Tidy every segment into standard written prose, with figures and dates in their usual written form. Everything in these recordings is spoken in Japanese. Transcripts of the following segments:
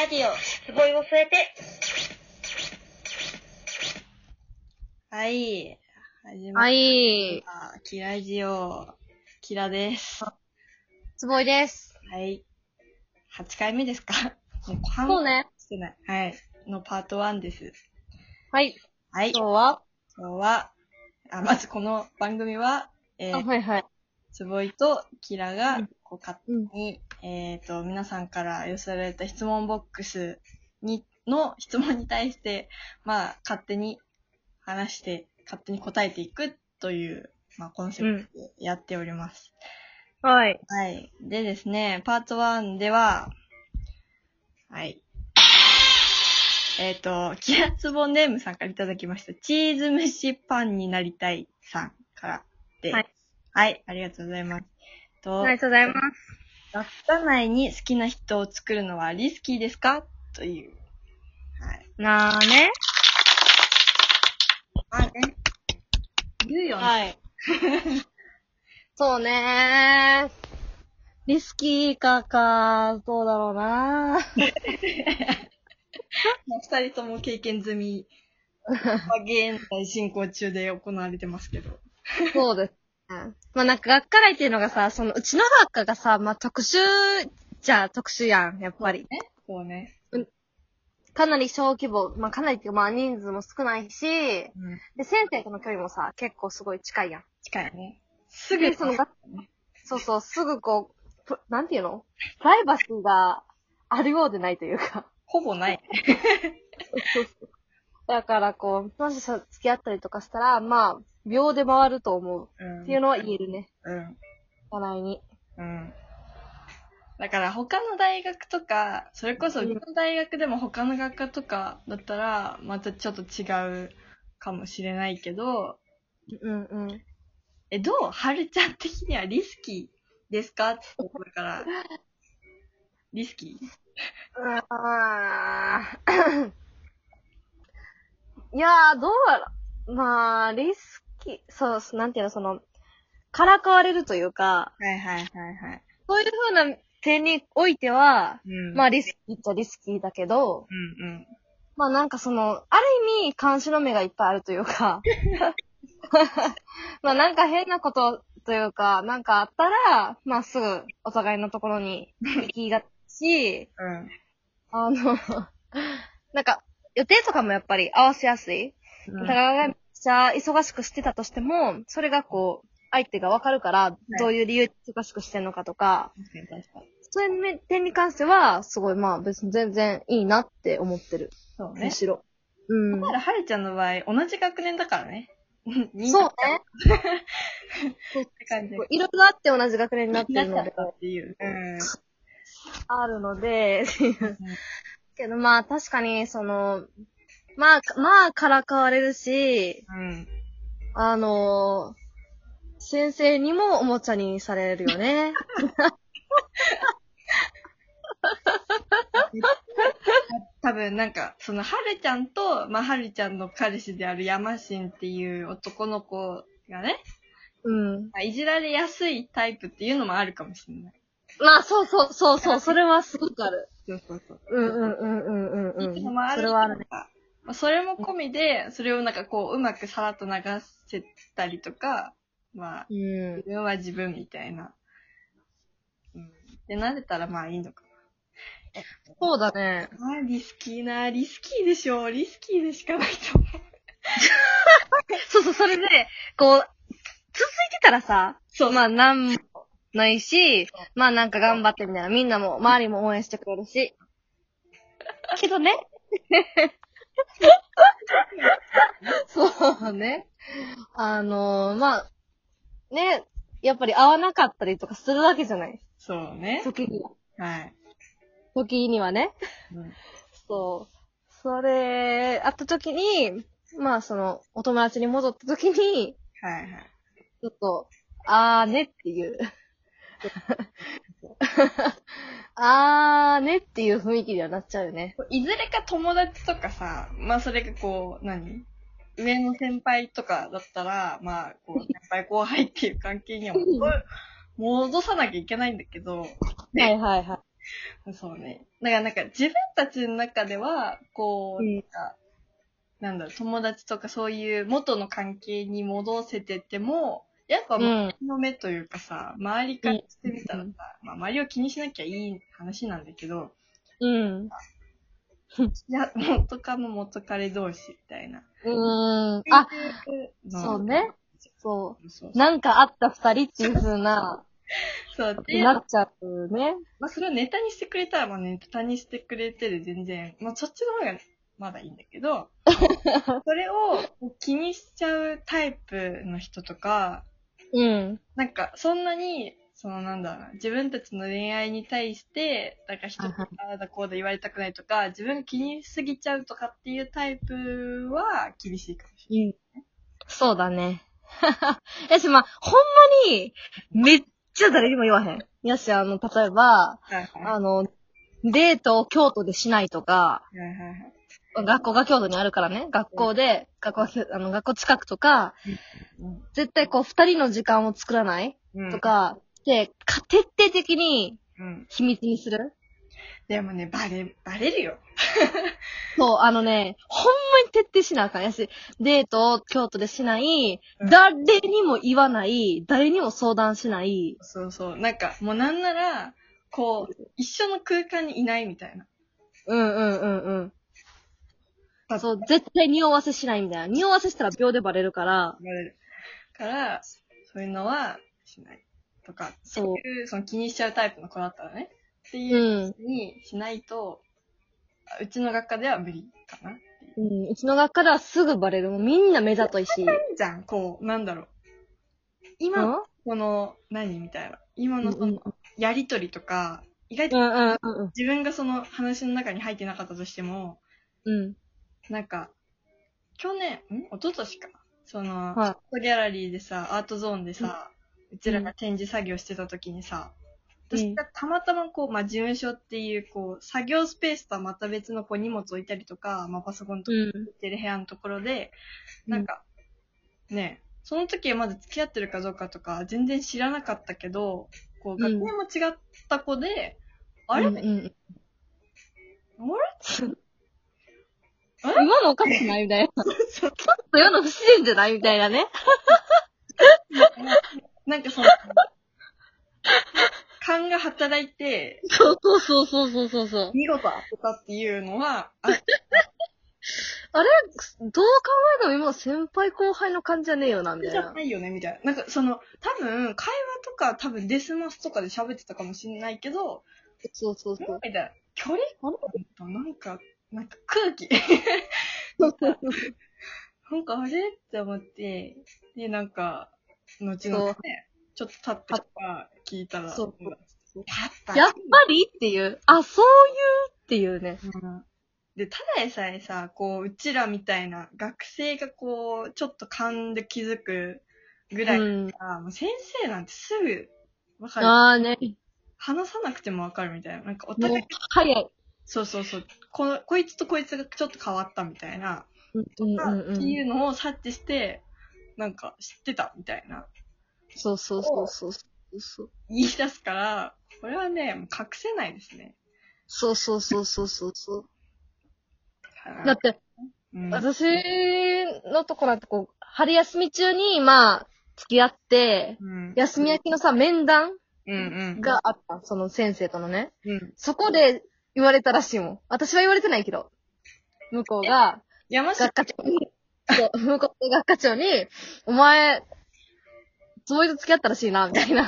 ラジオ、すごいを添えて。はい。始まはりい。 ました。キラジオ、キラです。 つぼいです。 はい。8回目ですか？もう半そうね。 してない。はい。のパート1です。 はい。 はい。 今日は今日は、まずこの番組は、 はいはい。 つぼいとキラが、勝手うん。 に、皆さんから寄せられた質問ボックスの質問に対して、勝手に話して、勝手に答えていくという、コンセプトでやっております。 はい。 はい。でですね、パート1では、はい。キラツボネームさんからいただきました。チーズ蒸しパンになりたいさんからで、 はい。 はい、ありがとうございます。 ありがとうございます。 学科内に好きな人を作るのはリスキーですかという。はい。 なーね。 ね。言うよね。 はい。そうねー。リスキーか、どうだろうなー。 二人とも経験済み、現在進行中で行われてますけど。 そうですね。なんか学科内っていうのがさ、うちの学科がさ、特殊じゃ特殊やん、やっぱり。 そうね。 かなり小規模、かなりっていうか人数も少ないし、で、先生との距離もさ、結構すごい近いやん。 近いね。すぐ、 そう、すぐなんていうの？プライバシーがあるようでないというか。 ほぼない。 そうだからもし付き合ったりとかしたら、秒で回ると思う。っていうのは言えるね。お互いに。 だから他の大学とか、それこそ自分の大学でも他の学科とかだったら、またちょっと違うかもしれないけど、どう？はるちゃん的にはリスキーですかってこれから。リスキーいやー、どうやろ。リスキー、そう、なんていうの、からかわれるというか、 はい。 そういう風な点においては、リスキーっちゃリスキーだけど、なんかある意味、監視の目がいっぱいあるというか、なんか変なことというか、なんかあったら、すぐお互いのところに行きがち、なんか予定とかもやっぱり合わせやすい。お互いがめっちゃ忙しくしてたとしても、それが相手がわかるから、どういう理由で忙しくしてんのかとか、そういう点に関しては、すごい別に全然いいなって思ってる。 そうね。 むしろ。 だからはるちゃんの場合、同じ学年だからね。 そうね。 って感じ。 いろいろあって同じ学年になってるので。 っていう。 あるので、けど確かに、からかわれるし、先生にもおもちゃにされるよね。 多分はるちゃんと、はるちゃんの彼氏である山新っていう男の子がね、いじられやすいタイプっていうのもあるかもしれない。 そう、それはすごくある。 そう。 それはあるね。 それも込みで、それをうまくさらっと流せたりとか、自分は自分みたいな。ってなれたらいいのかな。 そうだね。 リスキーでしょ。リスキーでしかないと思う。 それで、続いてたらさ、なんもないし、なんか頑張ってみたいな。みんなも、周りも応援してくれるし。けどね。そうね。ね、やっぱり合わなかったりとかするわけじゃない。 そうね。 時には。 はい。 時にはね。そう。それ、あった時に、お友達に戻った時に、ちょっと、ねっていう。ねっていう雰囲気にはなっちゃうよね。 いずれか友達とかさ、それが上の先輩とかだったら、先輩後輩っていう関係には戻さなきゃいけないんだけど。 はい。 そうね。だからなんか自分たちの中では、こう、 うんなんだろう、友達とかそういう元の関係に戻せてても、やっぱ周りの目というかさ、周りからしてみたらさ、まあ周りを気にしなきゃいい話なんだけど、 うん。 いや、元カノ元彼同士みたいな。 あ、 のそうね。そそうそうう。なんかあった二人っていう風な、 そうっていうなっちゃうね。 まあそれをネタにしてくれたら、まあネタにしてくれてる全然、まあそっちの方がまだいいんだけど、それを気にしちゃうタイプの人とか、 うん。 なんかそんなに、そのなんだろうな、自分たちの恋愛に対して、なんか人とああだこうだ言われたくないとか、自分が気にしすぎちゃうとかっていうタイプは厳しいかもしれない。 そうだね。やし、まあ、ほんまに、めっちゃ誰にも言わへん。やし、例えば、 はいはい。 デートを京都でしないとか、 はいはいはい。 学校が京都にあるからね、学校で、学校近くとか、絶対こう、二人の時間を作らないうん。 とか、で、徹底的にうん。 秘密にする。 でもね、バレるよ。 そう、ほんまに徹底しなあかんやし、デートを京都でしない、 うん誰にも言わない、誰にも相談しない、 そうそう。なんか、もうなんなら、こう、一緒の空間にいないみたいな。 そう、絶対匂わせしないみたいな。匂わせしたら秒でバレるから、 言われる。から、そういうのはしない。とか、 そうっていう、その気にしちゃうタイプの子だったらね。ってう。 いううにしないと、うちの学科では無理かな。 うちの学科ではすぐバレる。もうみんな目ざといし。 いいじゃん、こう、なんだろう。今、この、何みたいな。今のその、やりとりとか、意外と自分がその話の中に入ってなかったとしても、なんか、去年、一昨年か。その、 はいアートギャラリーでさ、アートゾーンでさ、うちらが展示作業してた時にさ、私がたまたまこう、まあ、事務所っていう、こう、作業スペースとはまた別のこう荷物置いたりとか、まあ、パソコンとか置いてる部屋のところで、なんか、ね、その時はまだ付き合ってるかどうかとか全然知らなかったけど、こう、学年も違った子で、あれ、 今のおかしくないみたいな。ちょっと世の不自然じゃないみたいなね。 なんかその、勘が働いて、 そう。 見事当てたっていうのは、 あれどう考えても今先輩後輩の感じじゃねえよな、みたいな。 じゃないよね、みたいな。なんかその、多分、会話とか多分デスマスとかで喋ってたかもしれないけど、 そう。 みたいな。距離なんか空気。なんかあれって思って、で、なんか、後々ね、ちょっと経ってから聞いたら、 そうやっやっぱりっていう、あ、そういうっていうね。 で、ただでさえさ、こう、うちらみたいな学生がこう、ちょっと勘で気づくぐらいだから、もう先生なんてすぐわかる。 ああね。 話さなくてもわかるみたいな。なんかおもう互い、 早い。 そう。こいつとこいつがちょっと変わったみたいな。っていうのを察知して、なんか知ってたみたいな。 そう。 言い出すから、これはね、もう隠せないですね。 そう。だって、私のとこなんてこう、春休み中に、まあ、付き合って、休み明けのさ、面談があった。その先生とのね。そこで言われたらしいもん。私は言われてないけど。向こうが、学科長に、向こうが学科長に、お前、そういうと付き合ったらしいな、みたいな。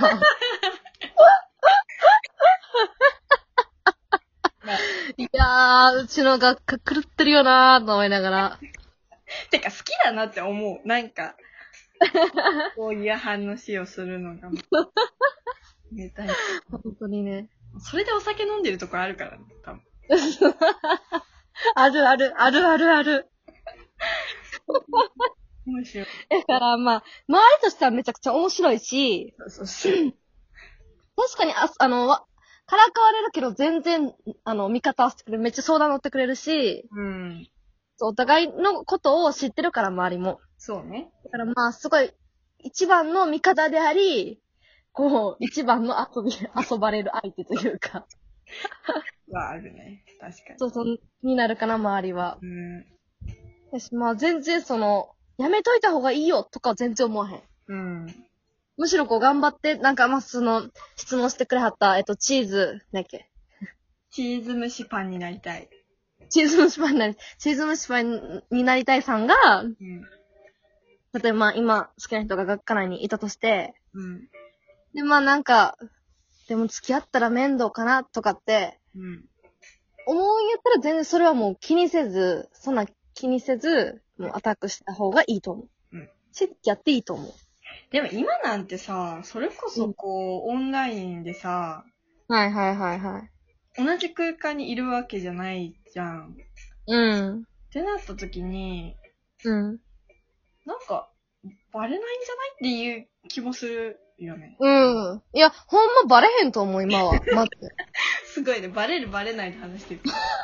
いやー、うちの学科狂ってるよなーと思いながら。 てか好きだなって思う。なんか、こういう話をするのが。ネタに。 本当にね。 それでお酒飲んでるとこあるからね、多分。 ある。 面白い。 だからまあ、周りとしてはめちゃくちゃ面白いし、 そう。 確かに、からかわれるけど全然、味方をしてくれる。めっちゃ相談乗ってくれるし、お互いのことを知ってるから周りも。 そうね。 だからまあ、すごい、一番の味方であり、こう、一番の遊ばれる相手というか。 はあるね。確かに。 そうそう、になるかな、周りは。 うん。 私、まあ全然やめといた方がいいよとかは全然思わへん。 うん。 むしろこう頑張って、なんかまあ質問してくれはった、チーズ、なんだっけ。 チーズ蒸しパンになりたい。 チーズ蒸しパンになりたいさんが、 うん。 例えばまあ今好きな人が学科内にいたとして、 うん。 でまあなんか、でも付き合ったら面倒かなとかって、 うん。 思うんやったら全然それはもう気にせず、もうアタックした方がいいと思う。 うん。 付き合っていいと思う。 でも今なんてさ、それこそこう、オンラインでさ、 はいはいはいはい。 同じ空間にいるわけじゃないじゃん。 うん。 ってなった時に、 うん。 なんか、バレないんじゃないっていう気もするよね。 うん。いや、ほんまバレへんと思う、今は。待って。 すごいね、バレるバレないで話してる。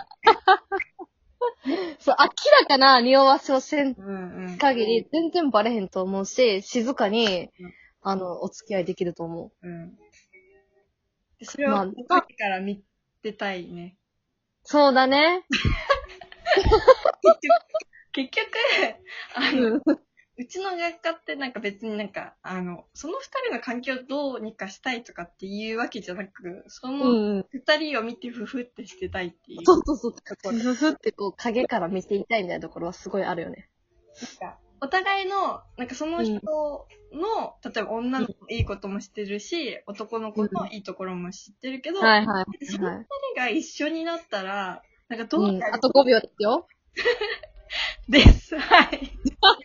そう、明らかな匂わせをせんうんうん。 限り、全然バレへんと思うし、静かにうん、 お付き合いできると思うん。でそれう。 を、 まあ、 時から見てたいね。 そうだね。 結局、 うん。 うちの学科ってなんか別になんか、その二人の関係をどうにかしたいとかっていうわけじゃなく、そのうん。 二人を見てふふってしてたいっていう。 そうそうそう。ふふってこう、影から見ていたいみたいなところはすごいあるよね。 なんか、お互いの、なんかその人の、例えば女の子のいいことも知ってるし、男の子のいいところも知ってるけど、 はいはいその二はい。 人が一緒になったら、なんかどううん。 なるあと5秒ですよ。 です。はい。